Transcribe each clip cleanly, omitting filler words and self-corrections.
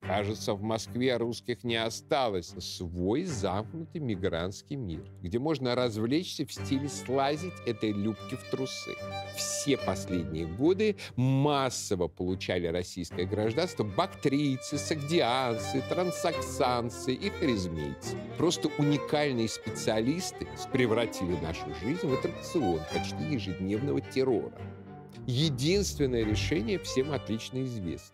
Кажется, в Москве русских не осталось. Свой замкнутый мигрантский мир, где можно развлечься в стиле слазить этой любки в трусы. Все последние годы массово получали российское гражданство бактрийцы, сагдианцы, трансаксанцы и харизмийцы. Просто уникальные специалисты превратили нашу жизнь в аттракцион почти ежедневного террора. Единственное решение всем отлично известно.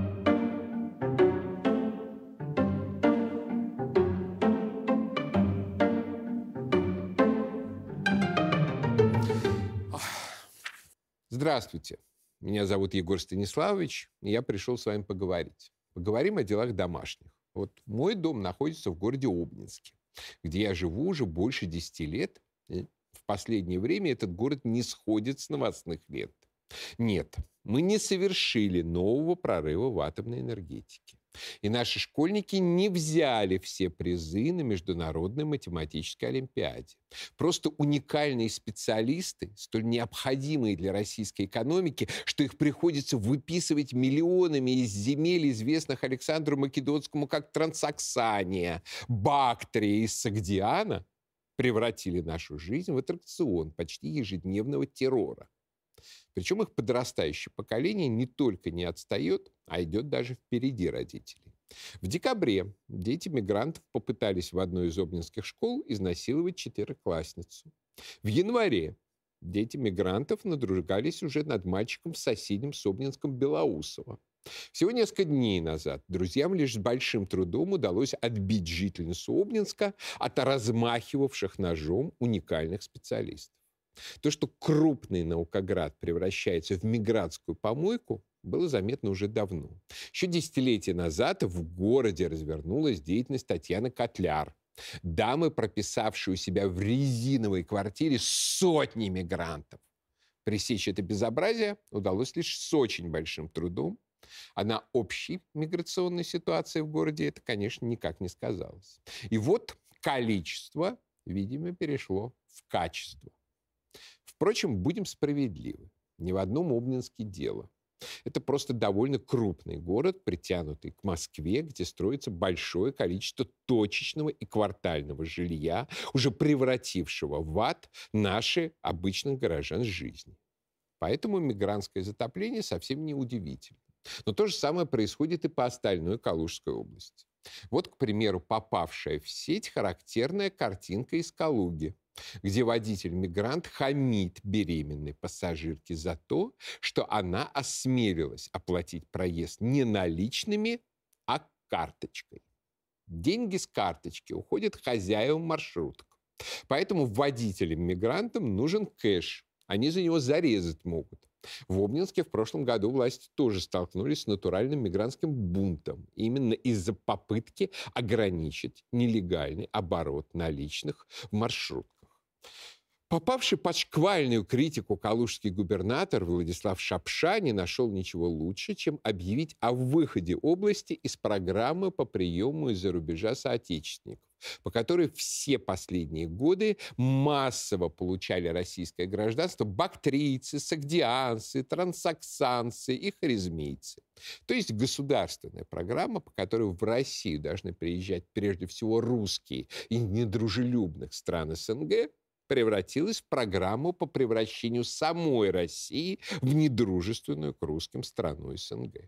Здравствуйте. Меня зовут Егор Станиславович, и я пришел с вами поговорить. Поговорим о делах домашних. Вот мой дом находится в городе Обнинске, где я живу уже больше 10 лет. И в последнее время этот город не сходит с новостных лент. Нет, мы не совершили нового прорыва в атомной энергетике. И наши школьники не взяли все призы на Международной математической олимпиаде. Просто уникальные специалисты, столь необходимые для российской экономики, что их приходится выписывать миллионами из земель, известных Александру Македонскому как Трансаксания, Бактрия и Сагдиана, превратили нашу жизнь в аттракцион почти ежедневного террора. Причем их подрастающее поколение не только не отстает, а идет даже впереди родителей. В декабре дети мигрантов попытались в одной из обнинских школ изнасиловать четвероклассницу. В январе дети мигрантов надругались уже над мальчиком в соседнем с Обнинском Белоусово. Всего несколько дней назад друзьям лишь с большим трудом удалось отбить жительницу Обнинска от размахивавших ножом уникальных специалистов. То, что крупный наукоград превращается в мигрантскую помойку, было заметно уже давно. Еще десятилетия назад в городе развернулась деятельность Татьяны Котляр, дамы, прописавшей у себя в резиновой квартире сотни мигрантов. Пресечь это безобразие удалось лишь с очень большим трудом, а на общей миграционной ситуации в городе это, конечно, никак не сказалось. И вот количество, видимо, перешло в качество. Впрочем, будем справедливы. Ни в одном Обнинске дело. Это просто довольно крупный город, притянутый к Москве, где строится большое количество точечного и квартального жилья, уже превратившего в ад наши обычных горожан жизни. Поэтому мигрантское затопление совсем не удивительно. Но то же самое происходит и по остальной Калужской области. Вот, к примеру, попавшая в сеть характерная картинка из Калуги, где водитель-мигрант хамит беременной пассажирке за то, что она осмелилась оплатить проезд не наличными, а карточкой. Деньги с карточки уходят хозяевам маршруток. Поэтому водителям-мигрантам нужен кэш. Они за него зарезать могут. В Обнинске в прошлом году власти тоже столкнулись с натуральным мигрантским бунтом. Именно из-за попытки ограничить нелегальный оборот наличных в маршрутках. Попавший под шквальную критику калужский губернатор Владислав Шапша не нашел ничего лучше, чем объявить о выходе области из программы по приему из-за рубежа соотечественников, по которой все последние годы массово получали российское гражданство бактрийцы, сагдианцы, трансаксанцы и харизмийцы. То есть государственная программа, по которой в Россию должны приезжать прежде всего русские и недружелюбных стран СНГ, превратилась в программу по превращению самой России в недружественную к русским страну СНГ.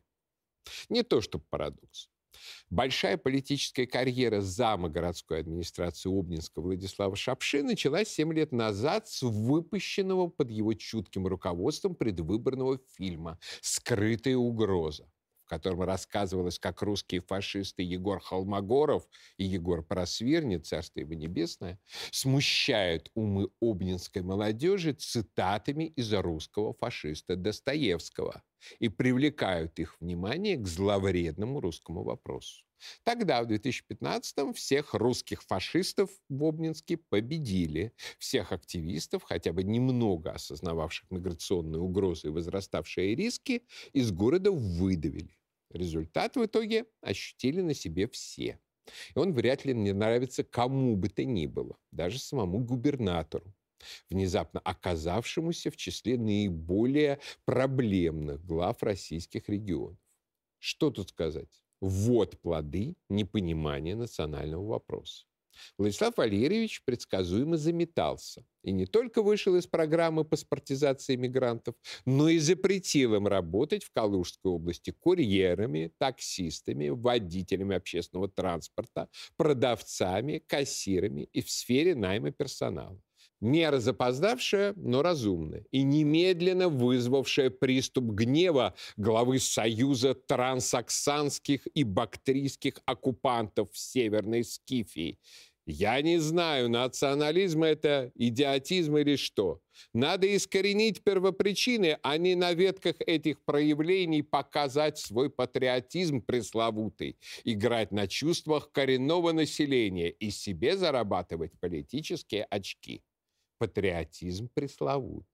Не то чтобы парадокс. Большая политическая карьера зама городской администрации Обнинска Владислава Шапши началась 7 лет назад с выпущенного под его чутким руководством предвыборного фильма «Скрытая угроза», в котором рассказывалось, как русские фашисты Егор Холмогоров и Егор Просвирни, царство его небесное, смущают умы обнинской молодежи цитатами из русского фашиста Достоевского и привлекают их внимание к зловредному русскому вопросу. Тогда, в 2015-м, всех русских фашистов в Обнинске победили. Всех активистов, хотя бы немного осознававших миграционные угрозы и возраставшие риски, из города выдавили. Результат в итоге ощутили на себе все. И он вряд ли не нравится кому бы то ни было, даже самому губернатору, внезапно оказавшемуся в числе наиболее проблемных глав российских регионов. Что тут сказать? Вот плоды непонимания национального вопроса. Владислав Валерьевич предсказуемо заметался и не только вышел из программы паспортизации мигрантов, но и запретил им работать в Калужской области курьерами, таксистами, водителями общественного транспорта, продавцами, кассирами и в сфере найма персонала. Мера запоздавшая, но разумная, и немедленно вызвавшая приступ гнева главы Союза трансоксанских и бактрийских оккупантов в Северной Скифии. Я не знаю, национализм это, идиотизм или что. Надо искоренить первопричины, а не на ветках этих проявлений показать свой патриотизм пресловутый, играть на чувствах коренного населения и себе зарабатывать политические очки. Патриотизм пресловутый.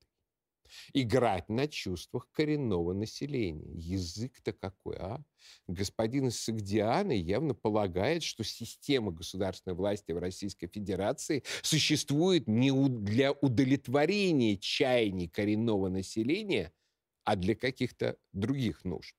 Играть на чувствах коренного населения. Язык-то какой, а? Господин из Согдиана явно полагает, что система государственной власти в Российской Федерации существует не для удовлетворения чаяний коренного населения, а для каких-то других нужд.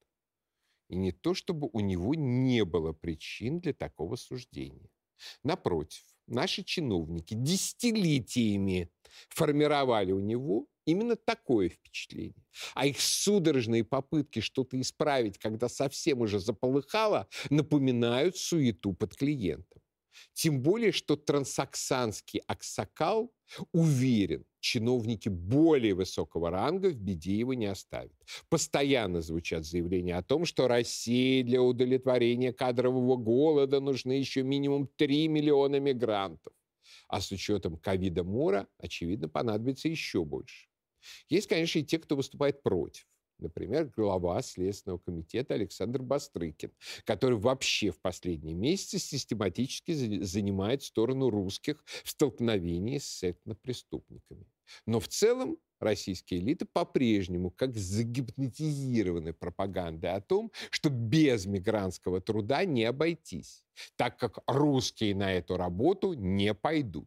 И не то, чтобы у него не было причин для такого суждения. Напротив, наши чиновники десятилетиями формировали у него именно такое впечатление. А их судорожные попытки что-то исправить, когда совсем уже заполыхало, напоминают суету под клиентом. Тем более, что трансоксанский аксакал уверен, чиновники более высокого ранга в беде его не оставят. Постоянно звучат заявления о том, что России для удовлетворения кадрового голода нужны еще минимум 3 миллиона мигрантов. А с учетом ковида-мора, очевидно, понадобится еще больше. Есть, конечно, и те, кто выступает против. Например, глава Следственного комитета Александр Бастрыкин, который вообще в последние месяцы систематически занимает сторону русских в столкновении с этнопреступниками. Но в целом российские элиты по-прежнему как загипнотизированы пропагандой о том, что без мигрантского труда не обойтись, так как русские на эту работу не пойдут.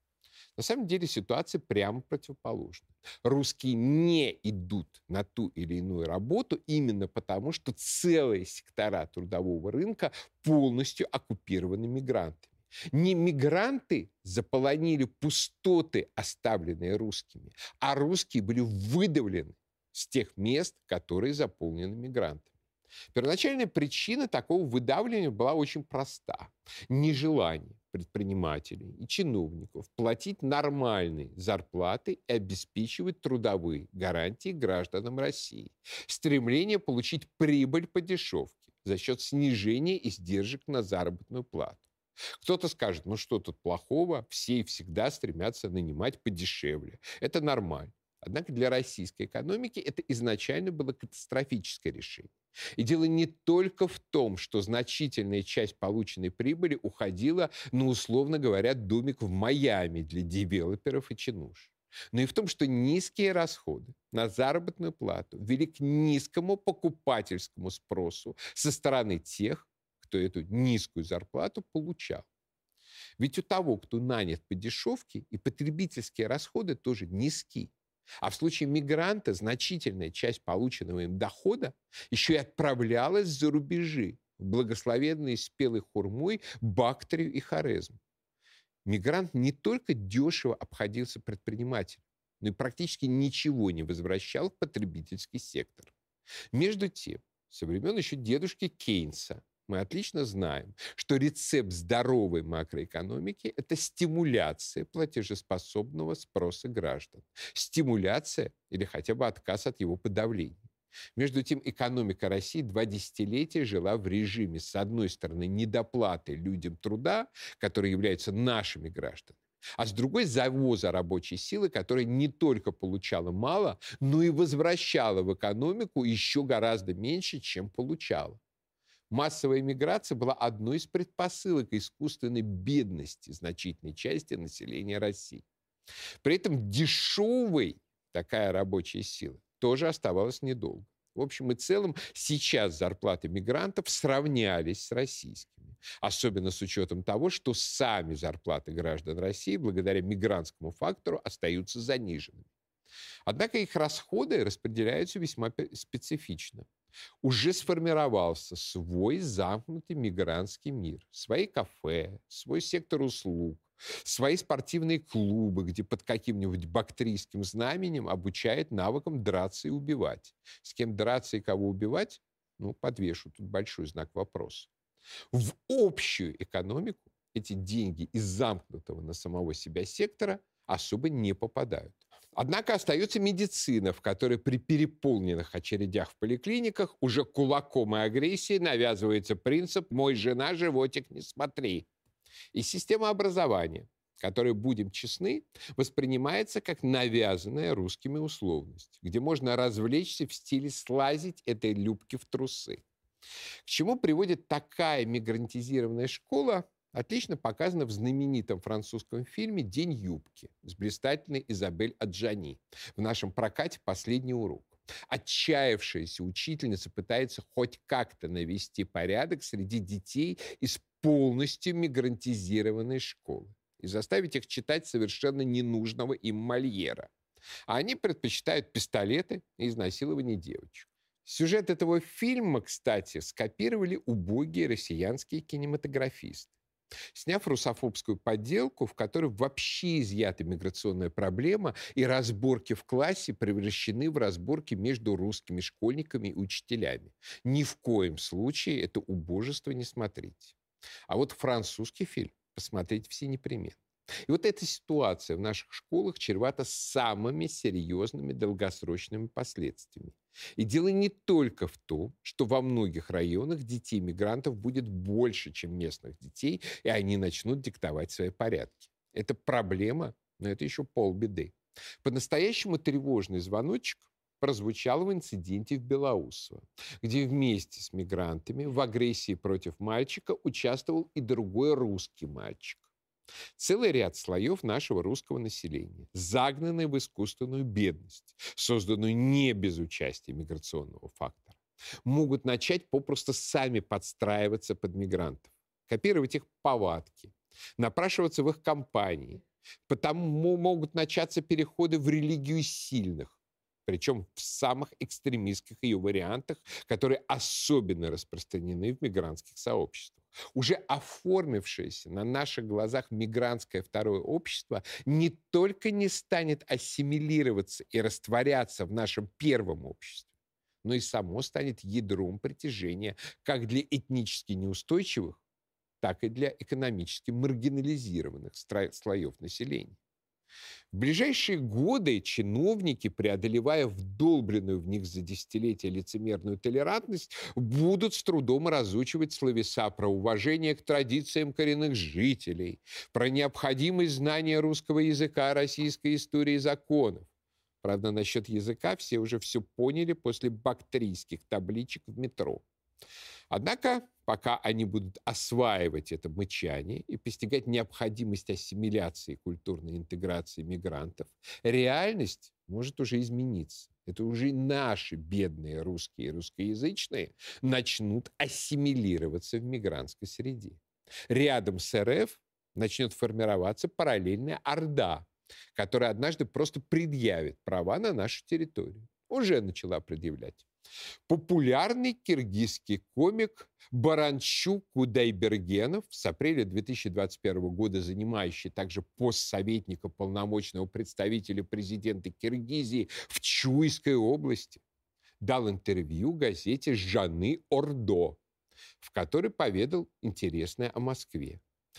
На самом деле ситуация прямо противоположна. Русские не идут на ту или иную работу именно потому, что целые сектора трудового рынка полностью оккупированы мигрантами. Не мигранты заполонили пустоты, оставленные русскими, а русские были выдавлены с тех мест, которые заполнены мигрантами. Первоначальная причина такого выдавливания была очень проста. Нежелание предпринимателей и чиновников платить нормальные зарплаты и обеспечивать трудовые гарантии гражданам России. Стремление получить прибыль по дешевке за счет снижения издержек на заработную плату. Кто-то скажет, ну что тут плохого, все и всегда стремятся нанимать подешевле. Это нормально. Однако для российской экономики это изначально было катастрофическое решение. И дело не только в том, что значительная часть полученной прибыли уходила на, условно говоря, домик в Майами для девелоперов и чинуш, но и в том, что низкие расходы на заработную плату вели к низкому покупательскому спросу со стороны тех, кто эту низкую зарплату получал. Ведь у того, кто нанят по дешевке, и потребительские расходы тоже низкие. А в случае мигранта значительная часть полученного им дохода еще и отправлялась за рубежи, в благословенные спелой хурмой Бактрию и Хорезм. Мигрант не только дешево обходился предпринимателем, но и практически ничего не возвращал в потребительский сектор. Между тем, со времен еще дедушки Кейнса мы отлично знаем, что рецепт здоровой макроэкономики – это стимуляция платежеспособного спроса граждан. Стимуляция или хотя бы отказ от его подавления. Между тем, экономика России 2 десятилетия жила в режиме, с одной стороны, недоплаты людям труда, которые являются нашими гражданами, а с другой – завоза рабочей силы, которая не только получала мало, но и возвращала в экономику еще гораздо меньше, чем получала. Массовая миграция была одной из предпосылок искусственной бедности значительной части населения России. При этом дешевой такая рабочая сила тоже оставалась недолго. В общем и целом, сейчас зарплаты мигрантов сравнялись с российскими. Особенно с учетом того, что сами зарплаты граждан России благодаря мигрантскому фактору остаются заниженными. Однако их расходы распределяются весьма специфично. Уже сформировался свой замкнутый мигрантский мир. Свои кафе, свой сектор услуг, свои спортивные клубы, где под каким-нибудь бактрийским знаменем обучают навыкам драться и убивать. С кем драться и кого убивать? Ну, подвешу тут большой знак вопроса. В общую экономику эти деньги из замкнутого на самого себя сектора особо не попадают. Однако остается медицина, в которой при переполненных очередях в поликлиниках уже кулаком и агрессией навязывается принцип «мой жена, животик не смотри». И система образования, которая, будем честны, воспринимается как навязанная русскими условность, где можно развлечься в стиле слазить этой любки в трусы. К чему приводит такая мигрантизированная школа, отлично показано в знаменитом французском фильме «День юбки» с блистательной Изабель Аджани. В нашем прокате «Последний урок». Отчаявшаяся учительница пытается хоть как-то навести порядок среди детей из полностью мигрантизированной школы и заставить их читать совершенно ненужного им Мольера. А они предпочитают пистолеты и изнасилование девочек. Сюжет этого фильма, кстати, скопировали убогие россиянские кинематографисты, сняв русофобскую подделку, в которой вообще изъята миграционная проблема, и разборки в классе превращены в разборки между русскими школьниками и учителями. Ни в коем случае это убожество не смотрите. А вот французский фильм посмотреть все непременно. И вот эта ситуация в наших школах чревата самыми серьезными долгосрочными последствиями. И дело не только в том, что во многих районах детей мигрантов будет больше, чем местных детей, и они начнут диктовать свои порядки. Это проблема, но это еще полбеды. По-настоящему тревожный звоночек прозвучал в инциденте в Белоусово, где вместе с мигрантами в агрессии против мальчика участвовал и другой русский мальчик. Целый ряд слоев нашего русского населения, загнанные в искусственную бедность, созданную не без участия миграционного фактора, могут начать попросту сами подстраиваться под мигрантов, копировать их повадки, напрашиваться в их компании. Потому могут начаться переходы в религию сильных, причем в самых экстремистских ее вариантах, которые особенно распространены в мигрантских сообществах. Уже оформившееся на наших глазах мигрантское второе общество не только не станет ассимилироваться и растворяться в нашем первом обществе, но и само станет ядром притяжения как для этнически неустойчивых, так и для экономически маргинализированных слоев населения. В ближайшие годы чиновники, преодолевая вдолбленную в них за десятилетия лицемерную толерантность, будут с трудом разучивать словеса про уважение к традициям коренных жителей, про необходимость знания русского языка, российской истории и законов. Правда, насчет языка все уже все поняли после бактрийских табличек в метро. Однако, пока они будут осваивать это мычание и постигать необходимость ассимиляции и культурной интеграции мигрантов, реальность может уже измениться. Это уже наши бедные русские и русскоязычные начнут ассимилироваться в мигрантской среде. Рядом с РФ начнет формироваться параллельная орда, которая однажды просто предъявит права на нашу территорию. Уже начала предъявлять. Популярный киргизский комик Баранчук Кудайбергенов, с апреля 2021 года занимающий также пост советника полномочного представителя президента Киргизии в Чуйской области, дал интервью газете «Жаны Ордо», в которой поведал интересное о Москве.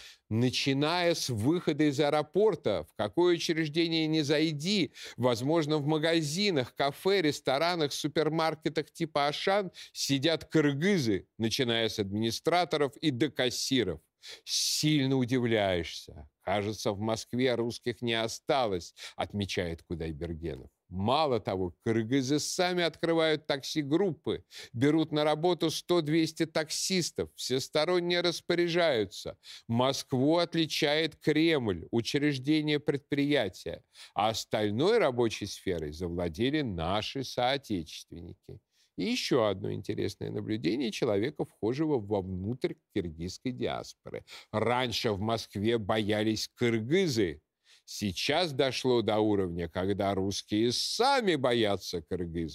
Начиная с выхода из аэропорта, в какое учреждение не зайди, возможно, в магазинах, кафе, ресторанах, супермаркетах типа «Ашан» сидят кыргызы, начиная с администраторов и до кассиров. Сильно удивляешься. Кажется, в Москве русских не осталось, отмечает Кудайбергенов. Мало того, кыргызы сами открывают такси-группы, берут на работу 100-200 таксистов, всесторонне распоряжаются. Москву отличает Кремль, учреждения предприятия, а остальной рабочей сферой завладели наши соотечественники. И еще одно интересное наблюдение человека, вхожего вовнутрь киргизской диаспоры. Раньше в Москве боялись кыргызы. Сейчас дошло до уровня, когда русские сами боятся кыргызов.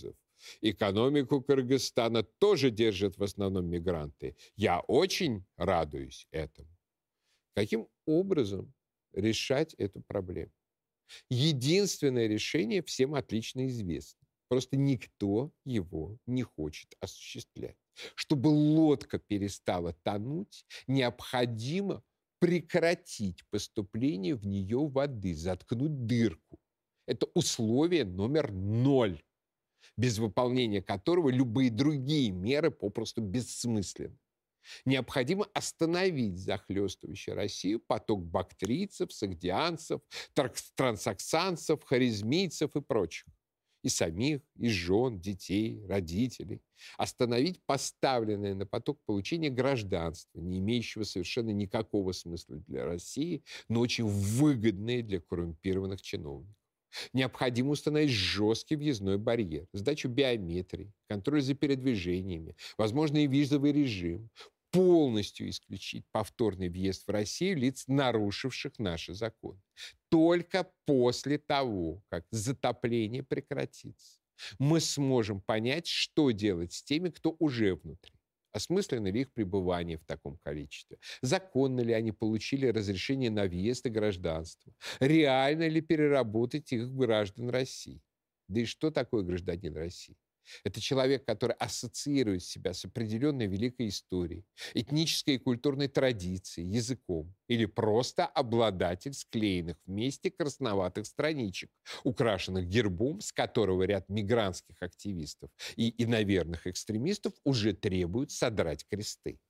Экономику Кыргызстана тоже держат в основном мигранты. Я очень радуюсь этому. Каким образом решать эту проблему? Единственное решение всем отлично известно. Просто никто его не хочет осуществлять. Чтобы лодка перестала тонуть, необходимо прекратить поступление в нее воды, заткнуть дырку. Это условие номер 0, без выполнения которого любые другие меры попросту бессмысленны. Необходимо остановить захлестывающий Россию поток бактрийцев, согдианцев, трансоксанцев, харизмийцев и прочих. И самих, и жен, детей, родителей. Остановить поставленное на поток получение гражданства, не имеющего совершенно никакого смысла для России, но очень выгодное для коррумпированных чиновников. Необходимо установить жесткий въездной барьер, сдачу биометрии, контроль за передвижениями, возможный визовый режим, полностью исключить повторный въезд в Россию лиц, нарушивших наши законы. Только после того, как затопление прекратится, мы сможем понять, что делать с теми, кто уже внутри. Осмысленно ли их пребывание в таком количестве? Законно ли они получили разрешение на въезд и гражданство? Реально ли переработать их в граждан России? Да и что такое гражданин России? Это человек, который ассоциирует себя с определенной великой историей, этнической и культурной традицией, языком, или просто обладатель склеенных вместе красноватых страничек, украшенных гербом, с которого ряд мигрантских активистов и иноверных экстремистов уже требуют содрать кресты.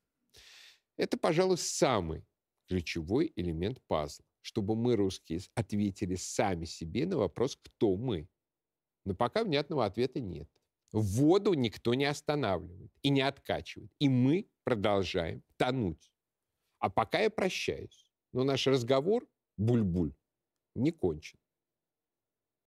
Это, пожалуй, самый ключевой элемент пазла, чтобы мы, русские, ответили сами себе на вопрос, кто мы. Но пока внятного ответа нет. Воду никто не останавливает и не откачивает. И мы продолжаем тонуть. А пока я прощаюсь. Но наш разговор, буль-буль, не кончен.